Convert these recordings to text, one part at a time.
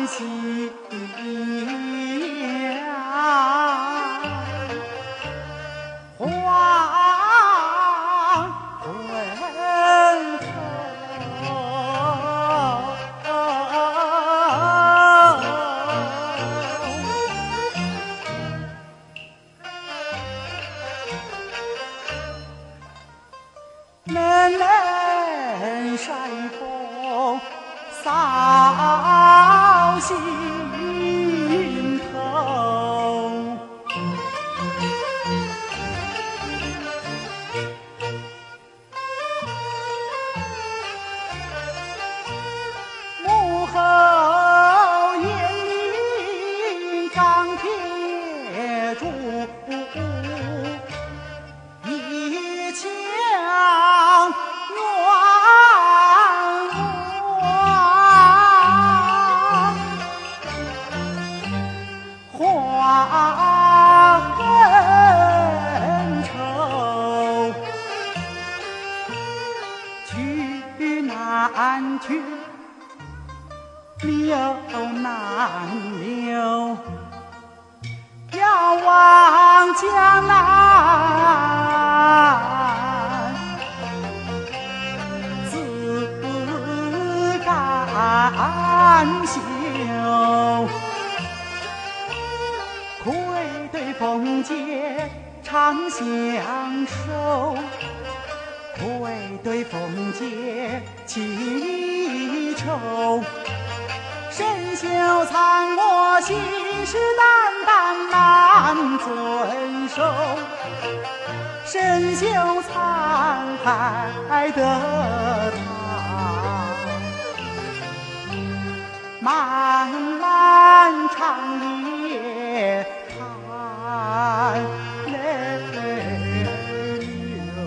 欢喜呀，黄昏冷冷山风扫心头，幕后眼里张铁柱，一腔冤枉，花恨愁，去难去，留难留，遥望江南，自甘休。愧对凤姐长相守，愧对凤姐情仇。身羞藏我，信誓旦旦难遵守，身羞藏害得他漫漫长夜叹泪流。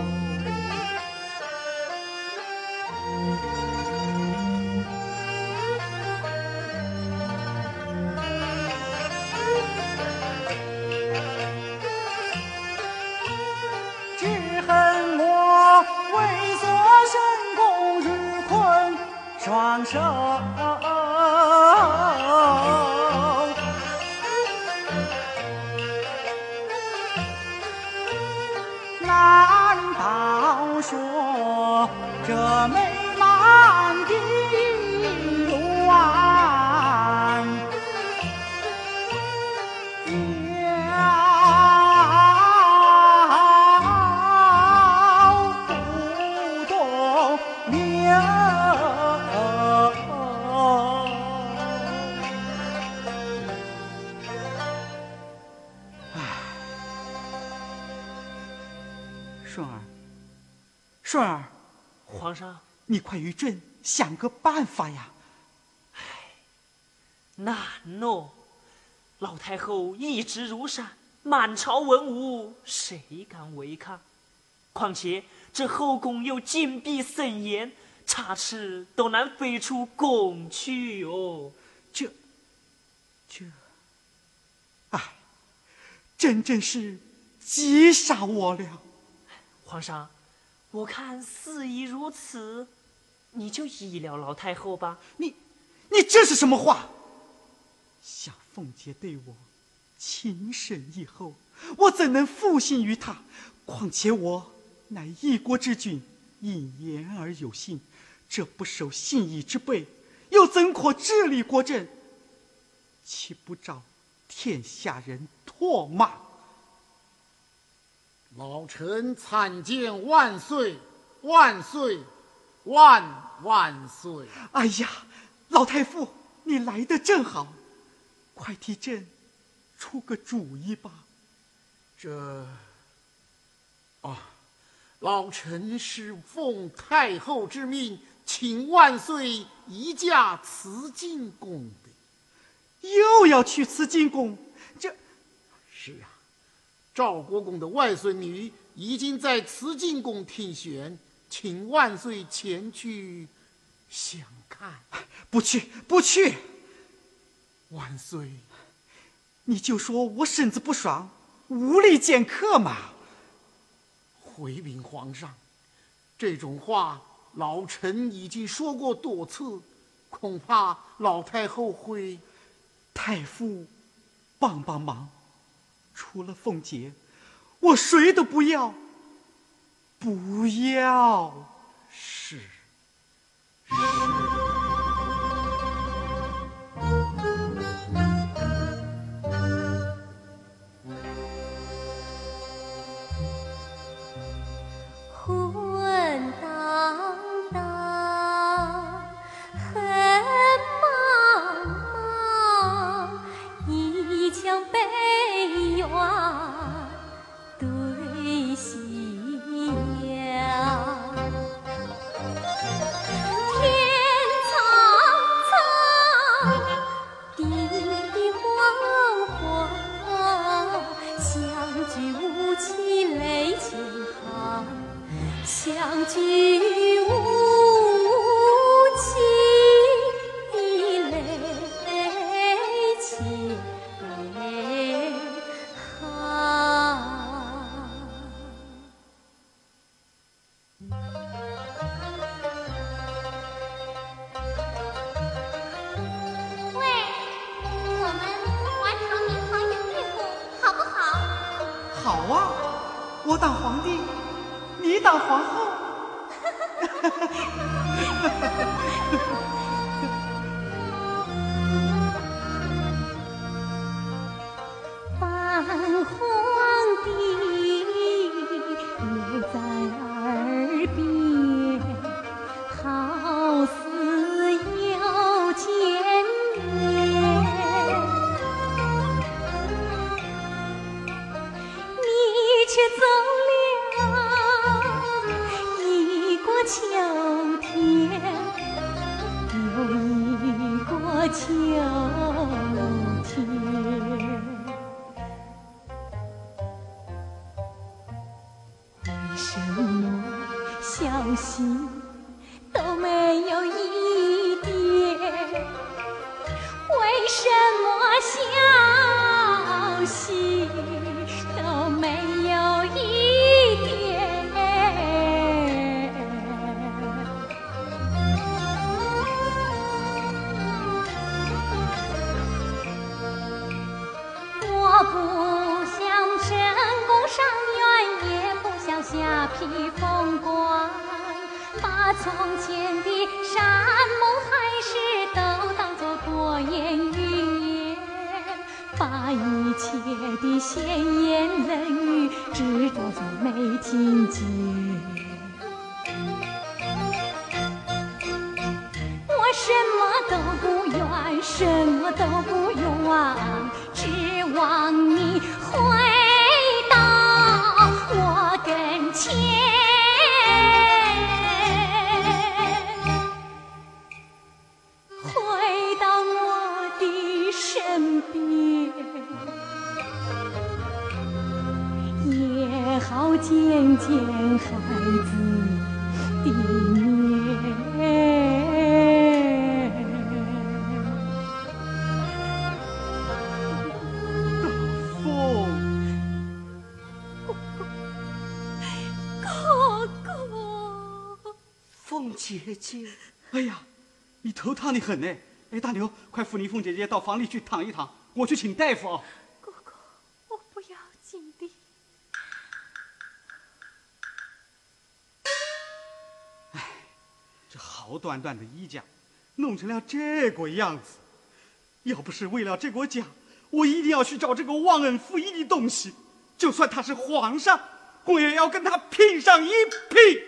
只恨我猥琐神功日困双手，难道说这美满的愿了不动流？顺儿，顺儿， 皇上， 你快与朕想个办法呀！ 难喏，老太后一直如山，满朝文武谁敢违抗？况且这后宫又禁闭森严，插翅都难飞出宫去哦。 哎，真是急杀我了。 皇上，我看事已如此，你就依了老太后吧。 你这是什么话？像凤姐对我情深意厚，我怎能负信于她？况且我乃一国之君，因言而有信，这不守信义之辈，又怎可治理国政？岂不招天下人唾骂？ 老臣参见万岁，万岁，万岁！ 哎呀，老太傅，你来得正好，快替朕出个主意吧。 老臣是奉太后之命，请万岁移驾慈进宫的。 又要去慈进宫？ 是啊，赵国公的外孙女已经在慈进宫听选，请万岁前去相看。 不去，不去！ 万岁， 你就说我身子不爽，无力见客嘛。 回禀皇上，这种话老臣已经说过多次， 恐怕老太后会。 太傅，帮帮忙！除了凤姐，我谁都不要。不要！是。 混荡荡，恨茫茫，一腔悲怨对夕阳。天苍苍，地黄黄，相聚无期泪千行。相聚无期泪千行。 喂，我们还朝明朝演对付，好不好？ 好啊，我当皇帝，你当皇后。 泛黄的留在耳边，好似又见面。你却走了一过秋天，又一过秋天。为什么消息都没有一点？为什么消息都没有一点？我不想深宫上苑，也不想下披风冠，把从前的山盟海誓都当作过眼云烟，把一切的闲言冷语只当作没听见。我什么都不愿，什么都不愿，只望你回到我跟前，回到我的身边，也好见见孩子的面。 凤姐姐， 哎呀，你头烫得很呢。哎，大牛，快扶你凤姐姐到房里去躺一躺，我去请大夫啊。 哥哥，我不要紧的。 哎，这好端端的衣架，弄成了这个样子。要不是为了这个家，我一定要去找这个忘恩负义的东西。就算他是皇上，我也要跟他拼上一拼。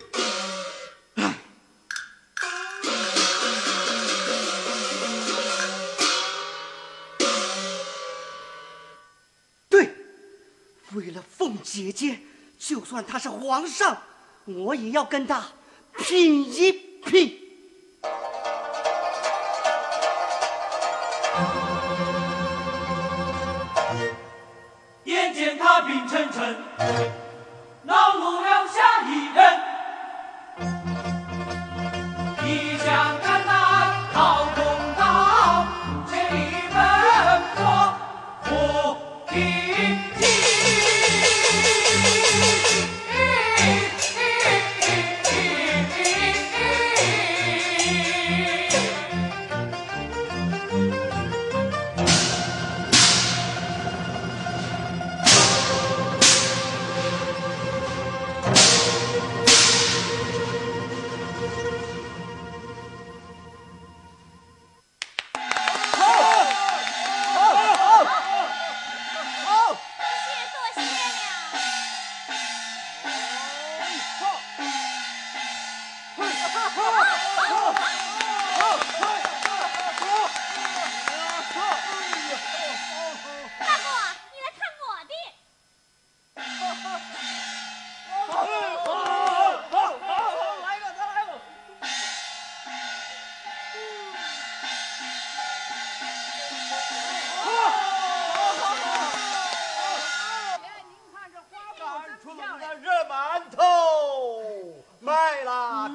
为了凤姐姐，就算他是皇上，我也要跟他拼一拼。 眼见他兵沉沉，恼怒了下一人，一将肝胆讨公道，千里奔波不平静。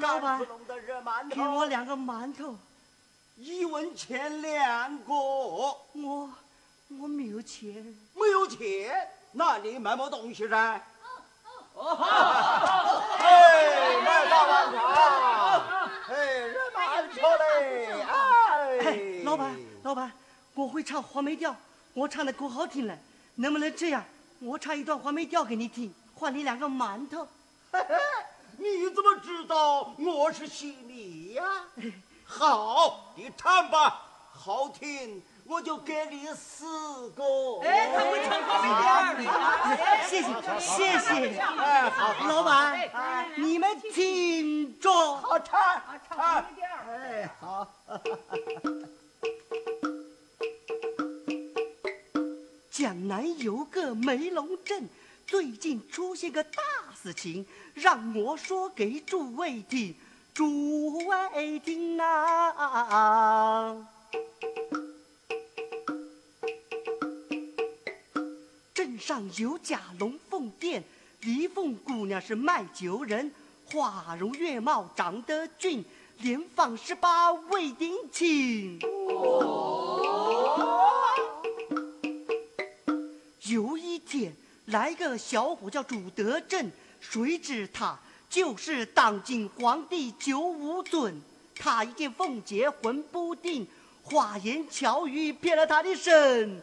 老板， 弄的热馒头， 给我2个馒头 ，1文钱2个。 我没有钱。 没有钱？那你买么东西噻？买大碗茶，热馒头嘞， 老板，我会唱黄梅调，我唱的可好听了，能不能这样？我唱一段黄梅调给你听，换你2个馒头。 你怎么知道我是戏迷呀？好，你唱吧，好听我就给你4个。 他会唱黄梅调的。 谢谢。好，老板，你们听着。 好唱。好。 江南有个梅龙镇，最近出现个大事情，让我说给诸位听。诸位听啊！镇上有家龙凤店，李凤姑娘是卖酒人，花容月貌长得俊，连放18未定亲。有一天来个小伙叫朱德正，谁知他就是当今皇帝95尊。他一见凤姐魂不定，花言巧语骗了他的身。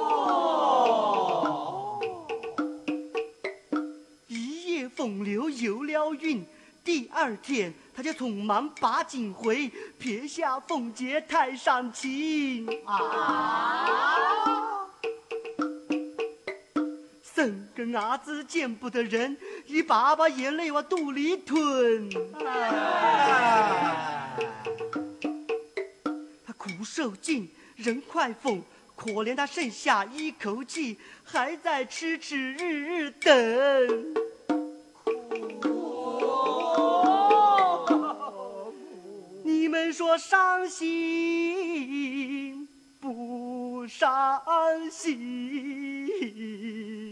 一夜风流有了韵，第2天他就匆忙把锦回，撇下凤姐太上情。3个伢子见不得人，一把把眼泪往肚里吞。他苦受尽，人快疯，可怜他剩下一口气，还在痴痴日日等。你们说伤心不伤心？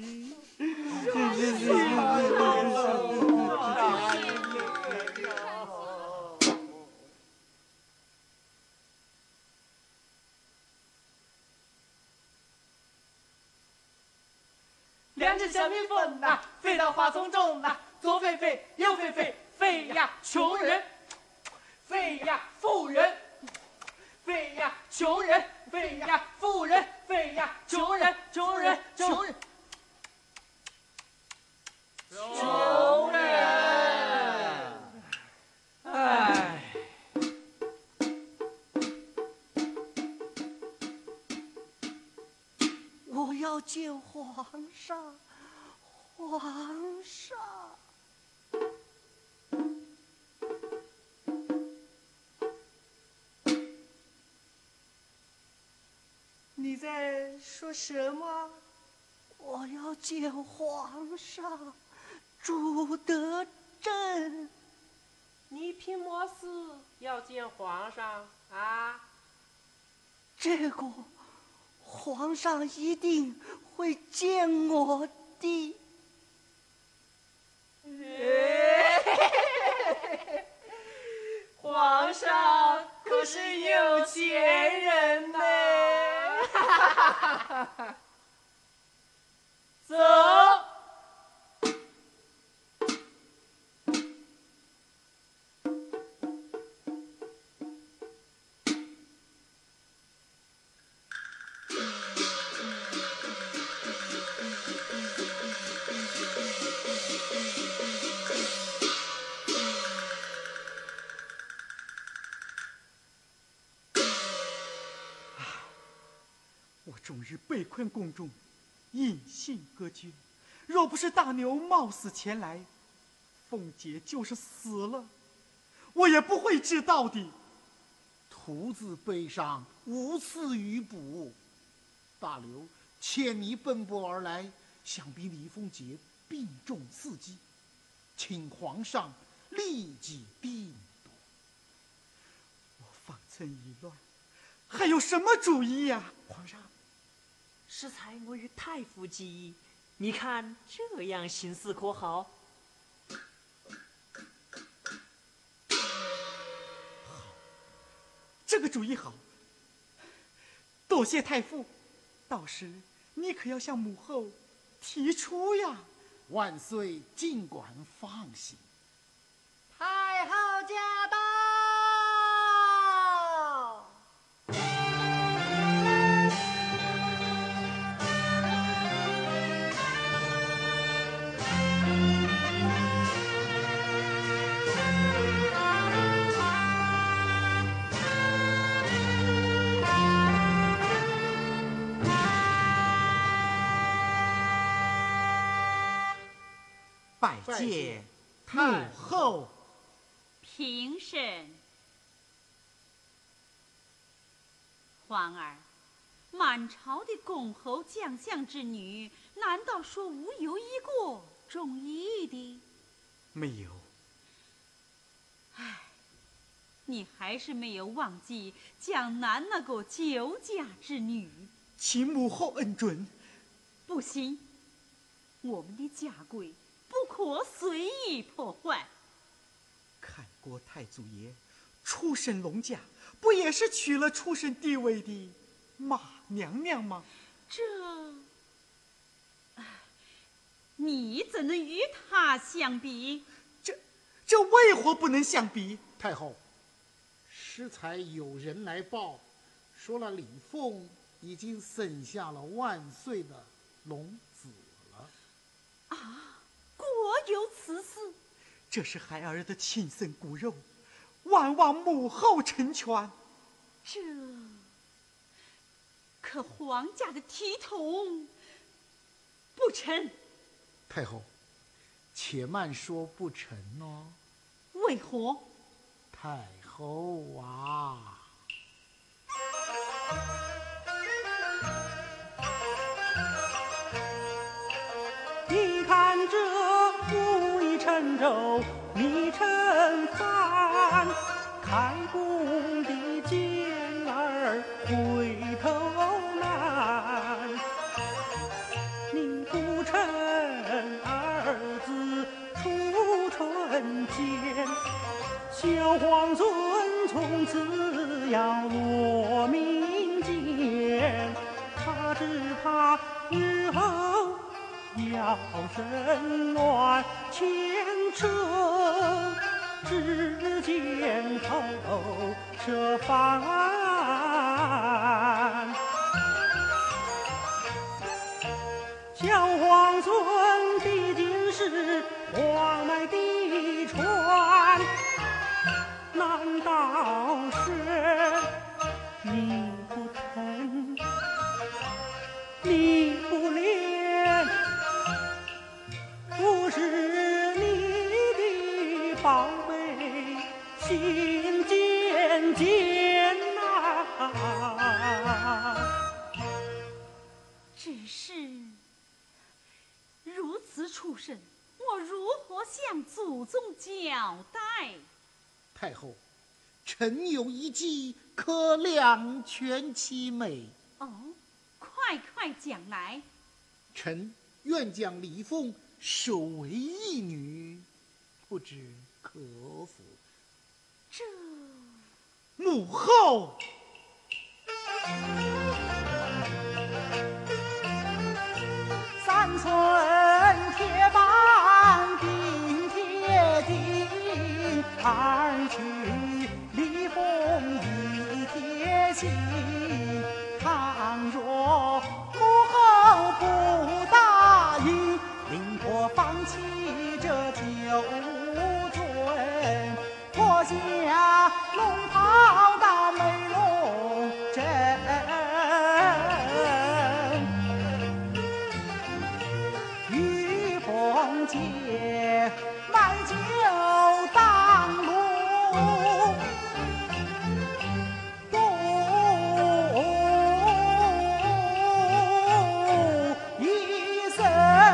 两只小蜜蜂呐，飞到花丛中呐，左飞飞，右飞飞，飞呀穷人，飞呀富人，飞呀穷人，飞呀富人，飞呀穷人，穷人，穷人。穷人，哎， 我要见皇上，皇上。 你在说什么？ 我要见皇上。朱德正， 你凭么事要见皇上啊？ 这个皇上一定会见我的。 皇上可是有钱人呢。走。 我终日被困宫中，隐姓隔绝。若不是大牛冒死前来，凤姐就是死了，我也不会知道的。 徒自悲伤，无赐予补。大刘千里奔波而来，想必李凤姐病重刺激，请皇上立即定夺。 我方寸已乱，还有什么主意呀？ 皇上，适才我与太傅计议，你看这样行事可好？ 个主意好，多谢太傅，到时你可要向母后提出呀。 万岁尽管放心。 太后驾到！ 拜见母后。 平身。皇儿，满朝的公侯将相之女，难道说无有一个中意的？ 没有。 唉，你还是没有忘记江南那个旧家之女。 请母后恩准。 不行，我们的家规不可随意破坏。 看国太祖爷出身龙家，不也是娶了出身地位的马娘娘吗？ 你怎能与她相比？ 这为何不能相比？ 太后，适才有人来报，说了李凤已经生下了万岁的龙子了。 啊，果有此事？ 这是孩儿的亲生骨肉，万望母后成全。 可皇家的体统不成。 太后，且慢说不成哦。 为何？ 太后啊！ 你看这木已成舟，米成饭，开弓的箭儿回头难。你不成儿子出春间，小皇孙从此要落民间。他只怕日后要生乱牵扯，只见口舌翻。小皇孙毕竟是皇脉的传，难道是你不疼，你不怜？不是你的宝贝心渐渐只是如此出身，我如何向祖宗交代？ 太后，臣有一计可两全其美。 哦，快讲来。 臣愿将李凤收为义女，不知可否？ 母后， 三寸铁板钉铁钉，二去李凤一贴心。倘若母后不答应，令我放弃这九尊，脱下龙袍到美容阵，与凤姐买酒当路，度一生。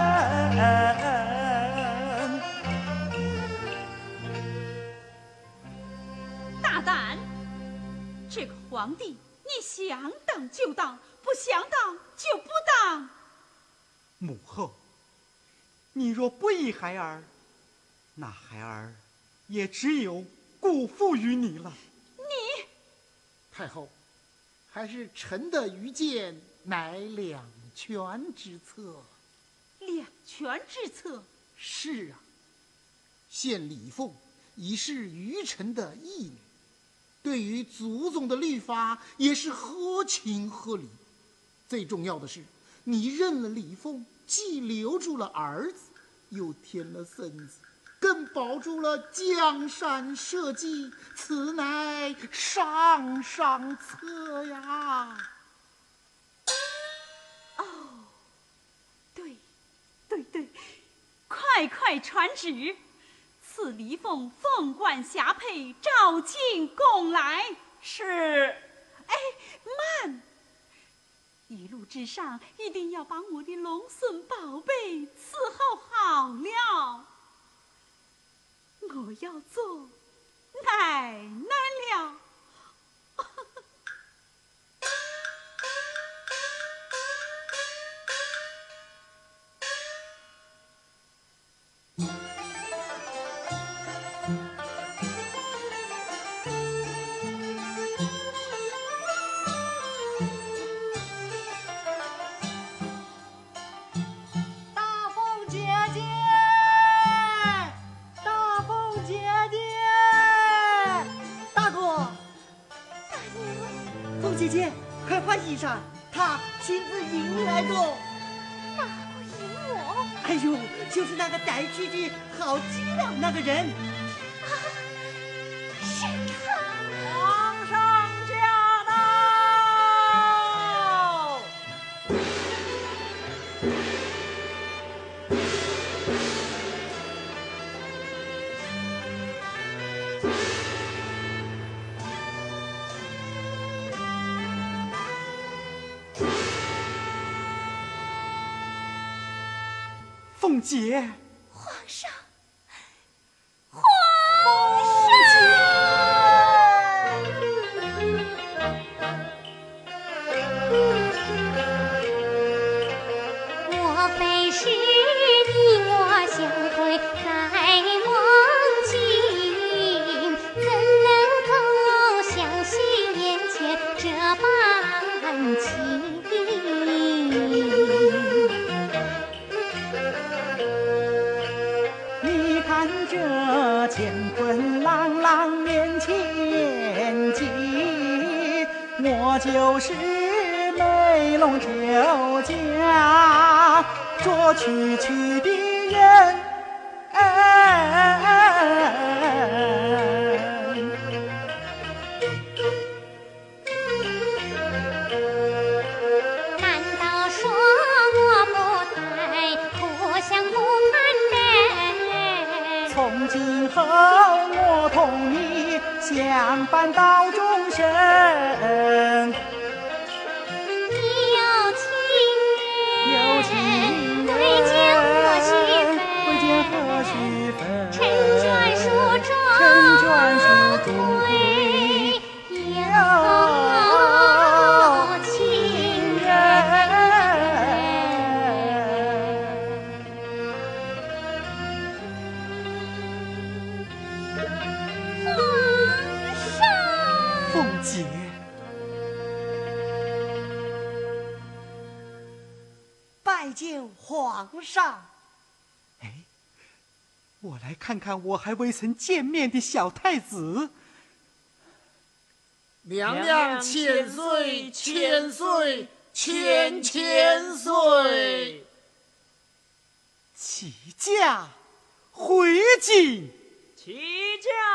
大胆！这个皇帝，你想当就当，不想当就不当。 母后，你若不依孩儿，那孩儿也只有辜负于你了。 你太后，还是臣的愚见乃两全之策。 两全之策？ 是啊，献李凤已是愚臣的义女，对于祖宗的律法也是合情合理。最重要的是，你认了李凤，既留住了儿子，又添了孙子，更保住了江山社稷，此乃上上策呀！ 哦，对，快传旨，赐李凤凤冠霞帔，召进宫来。 是。 哎，慢！一路之上，一定要把我的龙孙宝贝伺候好了。我要做奶奶了。 姐姐，快换衣裳，他亲自迎你来的。 哪个迎我？ 哎呦，就是那个带去的好伎俩那个人。 啊，是他！ 皇上驾到！ 凤姐， 皇上， 莫非是你我相会在梦境？怎能够相信眼前这般情？ 你看这乾坤朗朗面前景，我就是美龙九家捉区区的人。 难道说我不太互相不盼人？ 从今后我同你相伴到终身。 有情人未见何须分？陈传书中对有情人。 皇上， 凤姐， 拜见皇上。 哎，我来看看我还未曾见面的小太子。 娘娘千岁，千岁，千岁！ 起驾回京。 起驾。